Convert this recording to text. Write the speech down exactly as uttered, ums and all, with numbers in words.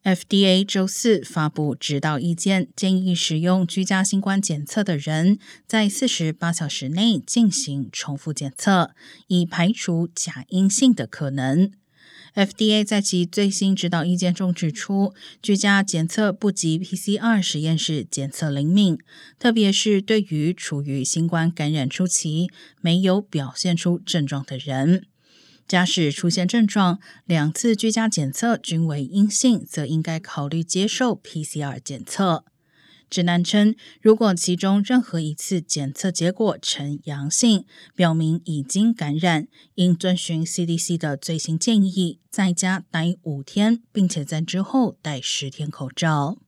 F D A 周四发布指导意见，建议使用居家新冠检测的人在四十八小时内进行重复检测，以排除假阴性的可能。F D A 在其最新指导意见中指出，居家检测不及 P C R 实验室检测灵敏，特别是对于处于新冠感染初期没有表现出症状的人。假使出现症状，两次居家检测均为阴性，则应该考虑接受 P C R 检测。指南称，如果其中任何一次检测结果呈阳性，表明已经感染，应遵循 C D C 的最新建议，在家待五天，并且在之后戴十天口罩。